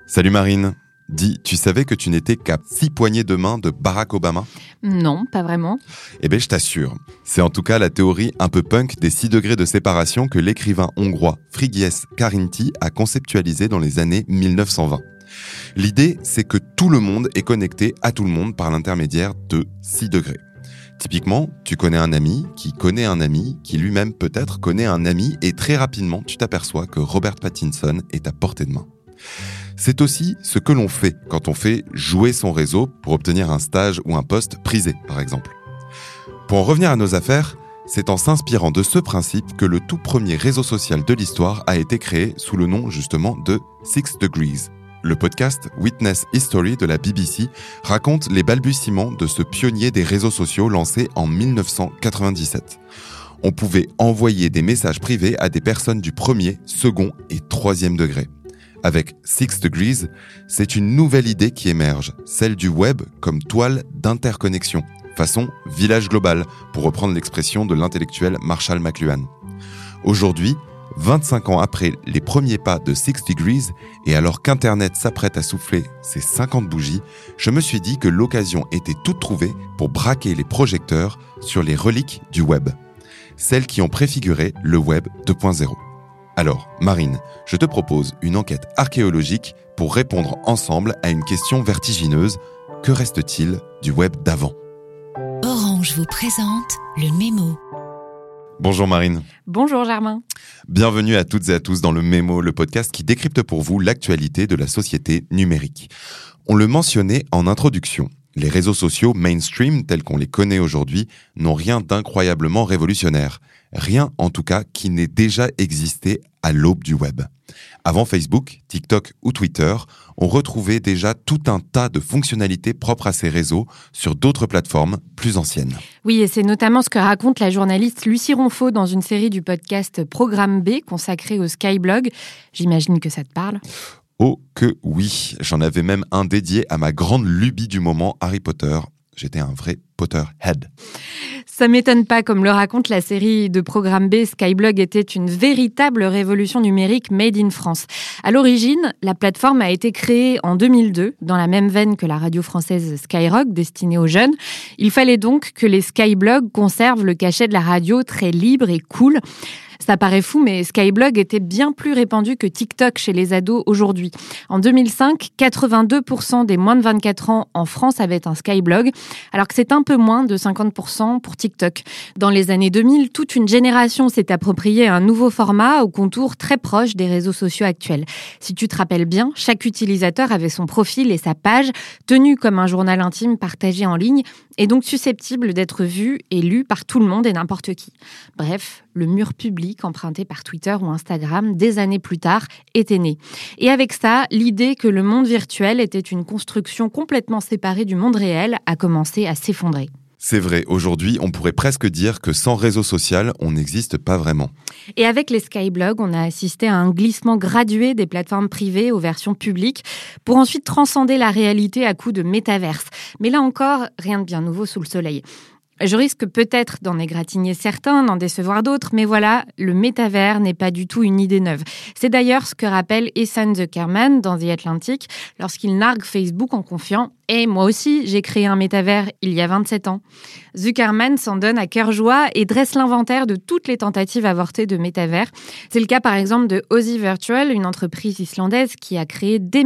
Salut Marine. Dis, tu savais que tu n'étais qu'à 6 poignées de main de Barack Obama ? Non, pas vraiment. Eh bien, je t'assure. C'est en tout cas la théorie un peu punk des 6 degrés de séparation que l'écrivain hongrois Frigyes Karinthy a conceptualisé dans les années 1920. L'idée, c'est que tout le monde est connecté à tout le monde par l'intermédiaire de 6 degrés. Typiquement, tu connais un ami qui lui-même peut-être connaît un ami et très rapidement, tu t'aperçois que Robert Pattinson est à portée de main. C'est aussi ce que l'on fait quand on fait jouer son réseau pour obtenir un stage ou un poste prisé, par exemple. Pour en revenir à nos affaires, c'est en s'inspirant de ce principe que le tout premier réseau social de l'histoire a été créé sous le nom justement de 6 Degrees. Le podcast Witness History de la BBC raconte les balbutiements de ce pionnier des réseaux sociaux lancé en 1997. On pouvait envoyer des messages privés à des personnes du premier, second et troisième degré. Avec 6 Degrees, c'est une nouvelle idée qui émerge, celle du web comme toile d'interconnexion, façon village global, pour reprendre l'expression de l'intellectuel Marshall McLuhan. Aujourd'hui, 25 ans après les premiers pas de 6 Degrees, et alors qu'Internet s'apprête à souffler ses 50 bougies, je me suis dit que l'occasion était toute trouvée pour braquer les projecteurs sur les reliques du web, celles qui ont préfiguré le web 2.0. Alors, Marine, je te propose une enquête archéologique pour répondre ensemble à une question vertigineuse. Que reste-t-il du web d'avant ? Orange vous présente le Mémo. Bonjour Marine. Bonjour Germain. Bienvenue à toutes et à tous dans le Mémo, le podcast qui décrypte pour vous l'actualité de la société numérique. On le mentionnait en introduction. Les réseaux sociaux mainstream, tels qu'on les connaît aujourd'hui, n'ont rien d'incroyablement révolutionnaire. Rien, en tout cas, qui n'ait déjà existé à l'aube du web. Avant Facebook, TikTok ou Twitter, on retrouvait déjà tout un tas de fonctionnalités propres à ces réseaux sur d'autres plateformes plus anciennes. Oui, et c'est notamment ce que raconte la journaliste Lucie Ronfaux dans une série du podcast Programme B consacrée au Skyblog. J'imagine que ça te parle. Oh que oui, j'en avais même un dédié à ma grande lubie du moment, Harry Potter. J'étais un vrai Potterhead. Ça m'étonne pas, comme le raconte la série de Programme B, Skyblog était une véritable révolution numérique made in France. À l'origine, la plateforme a été créée en 2002, dans la même veine que la radio française Skyrock, destinée aux jeunes. Il fallait donc que les Skyblogs conservent le cachet de la radio très libre et cool. Ça paraît fou, mais Skyblog était bien plus répandu que TikTok chez les ados aujourd'hui. En 2005, 82% des moins de 24 ans en France avaient un Skyblog, alors que c'est un peu moins de 50% pour TikTok. Dans les années 2000, toute une génération s'est approprié un nouveau format au contour très proche des réseaux sociaux actuels. Si tu te rappelles bien, chaque utilisateur avait son profil et sa page, tenu comme un journal intime partagé en ligne, et donc susceptible d'être vu et lu par tout le monde et n'importe qui. Bref, le mur public emprunté par Twitter ou Instagram des années plus tard était né. Et avec ça, l'idée que le monde virtuel était une construction complètement séparée du monde réel a commencé à s'effondrer. C'est vrai, aujourd'hui, on pourrait presque dire que sans réseau social, on n'existe pas vraiment. Et avec les Skyblogs, on a assisté à un glissement gradué des plateformes privées aux versions publiques pour ensuite transcender la réalité à coups de métaverse. Mais là encore, rien de bien nouveau sous le soleil. Je risque peut-être d'en égratigner certains, d'en décevoir d'autres, mais voilà, le métavers n'est pas du tout une idée neuve. C'est d'ailleurs ce que rappelle Ethan Zuckerman dans The Atlantic lorsqu'il nargue Facebook en confiant « Et moi aussi, j'ai créé un métavers il y a 27 ans ». Zuckerman s'en donne à cœur joie et dresse l'inventaire de toutes les tentatives avortées de métavers. C'est le cas par exemple de Aussie Virtual, une entreprise islandaise qui a créé dès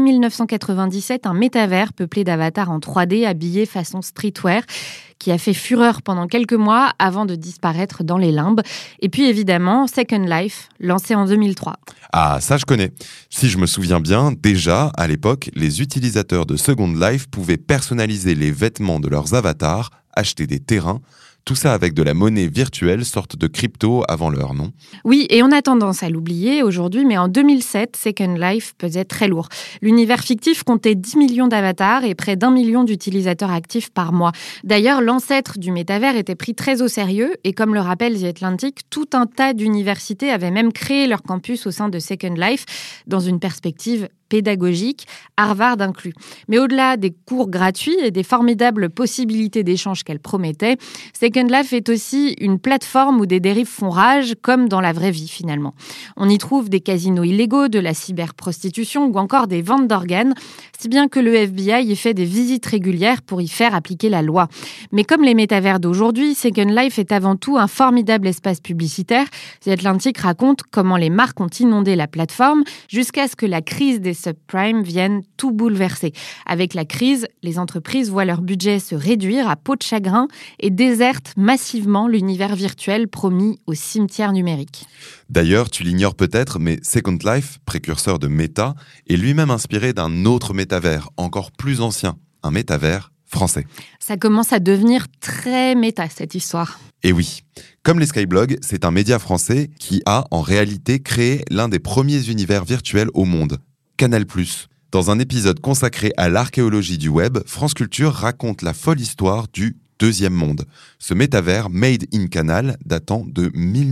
1997 un métavers peuplé d'avatars en 3D habillés façon streetwear, qui a fait fureur pendant quelques mois avant de disparaître dans les limbes. Et puis évidemment, Second Life, lancé en 2003. Ah, ça je connais. Si je me souviens bien, déjà, à l'époque, les utilisateurs de Second Life pouvaient personnaliser les vêtements de leurs avatars, acheter des terrains, tout ça avec de la monnaie virtuelle, sorte de crypto avant l'heure, non ? Oui, et on a tendance à l'oublier aujourd'hui, mais en 2007, Second Life pesait très lourd. L'univers fictif comptait 10 millions d'avatars et près d'1 million d'utilisateurs actifs par mois. D'ailleurs, l'ancêtre du métavers était pris très au sérieux et comme le rappelle The Atlantic, tout un tas d'universités avaient même créé leur campus au sein de Second Life dans une perspective pédagogique, Harvard inclus. Mais au-delà des cours gratuits et des formidables possibilités d'échange qu'elle promettait, Second Life est aussi une plateforme où des dérives font rage, comme dans la vraie vie finalement. On y trouve des casinos illégaux, de la cyberprostitution ou encore des ventes d'organes, si bien que le FBI y fait des visites régulières pour y faire appliquer la loi. Mais comme les métavers d'aujourd'hui, Second Life est avant tout un formidable espace publicitaire. The Atlantic raconte comment les marques ont inondé la plateforme jusqu'à ce que la crise des subprimes vienne tout bouleverser. Avec la crise, les entreprises voient leur budget se réduire à peau de chagrin et désertent massivement l'univers virtuel promis au cimetière numérique. D'ailleurs, tu l'ignores peut-être, mais Second Life, précurseur de Meta, est lui-même inspiré d'un autre métavers, encore plus ancien, un métavers français. Ça commence à devenir très méta, cette histoire. Et oui, comme les Skyblog, c'est un média français qui a en réalité créé l'un des premiers univers virtuels au monde, Canal+. Dans un épisode consacré à l'archéologie du web, France Culture raconte la folle histoire du Deuxième Monde, ce métavers made in Canal datant de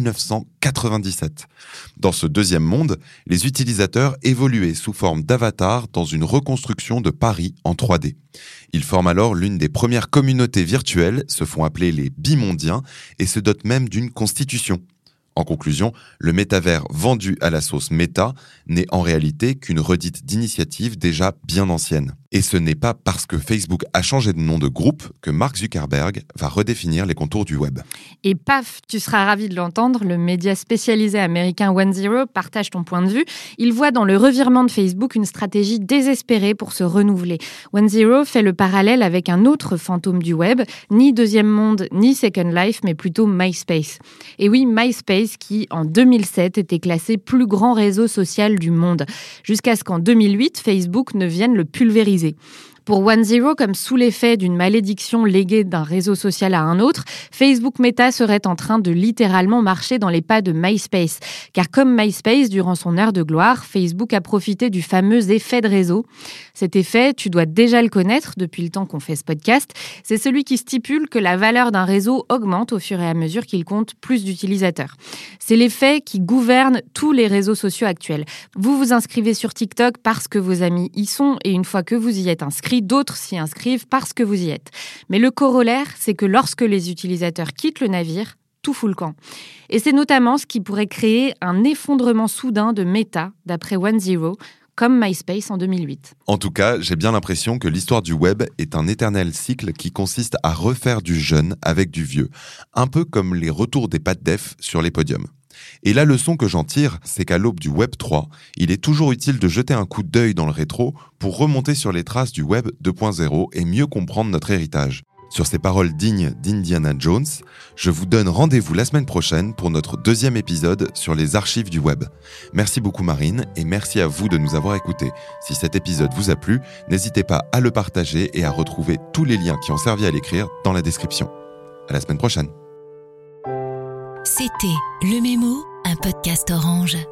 1997. Dans ce Deuxième Monde, les utilisateurs évoluaient sous forme d'avatars dans une reconstruction de Paris en 3D. Ils forment alors l'une des premières communautés virtuelles, se font appeler les bimondiens et se dotent même d'une constitution. En conclusion, le métavers vendu à la sauce méta n'est en réalité qu'une redite d'initiative déjà bien ancienne. Et ce n'est pas parce que Facebook a changé de nom de groupe que Mark Zuckerberg va redéfinir les contours du web. Et paf, tu seras ravi de l'entendre, le média spécialisé américain OneZero partage ton point de vue. Il voit dans le revirement de Facebook une stratégie désespérée pour se renouveler. OneZero fait le parallèle avec un autre fantôme du web, ni Deuxième Monde, ni Second Life, mais plutôt MySpace. Et oui, MySpace qui, en 2007, était classé plus grand réseau social du monde, jusqu'à ce qu'en 2008, Facebook ne vienne le pulvériser. Pour OneZero, comme sous l'effet d'une malédiction léguée d'un réseau social à un autre, Facebook Meta serait en train de littéralement marcher dans les pas de MySpace. Car comme MySpace, durant son heure de gloire, Facebook a profité du fameux effet de réseau. Cet effet, tu dois déjà le connaître depuis le temps qu'on fait ce podcast. C'est celui qui stipule que la valeur d'un réseau augmente au fur et à mesure qu'il compte plus d'utilisateurs. C'est l'effet qui gouverne tous les réseaux sociaux actuels. Vous vous inscrivez sur TikTok parce que vos amis y sont et une fois que vous y êtes inscrit, d'autres s'y inscrivent parce que vous y êtes. Mais le corollaire, c'est que lorsque les utilisateurs quittent le navire, tout fout le camp. Et c'est notamment ce qui pourrait créer un effondrement soudain de Meta, d'après OneZero, comme MySpace en 2008. En tout cas, j'ai bien l'impression que l'histoire du web est un éternel cycle qui consiste à refaire du jeune avec du vieux, un peu comme les retours des pattes def sur les podiums. Et la leçon que j'en tire, c'est qu'à l'aube du Web 3, il est toujours utile de jeter un coup d'œil dans le rétro pour remonter sur les traces du Web 2.0 et mieux comprendre notre héritage. Sur ces paroles dignes d'Indiana Jones, je vous donne rendez-vous la semaine prochaine pour notre deuxième épisode sur les archives du web. Merci beaucoup Marine et merci à vous de nous avoir écoutés. Si cet épisode vous a plu, n'hésitez pas à le partager et à retrouver tous les liens qui ont servi à l'écrire dans la description. À la semaine prochaine. C'était Le Mémo, un podcast Orange.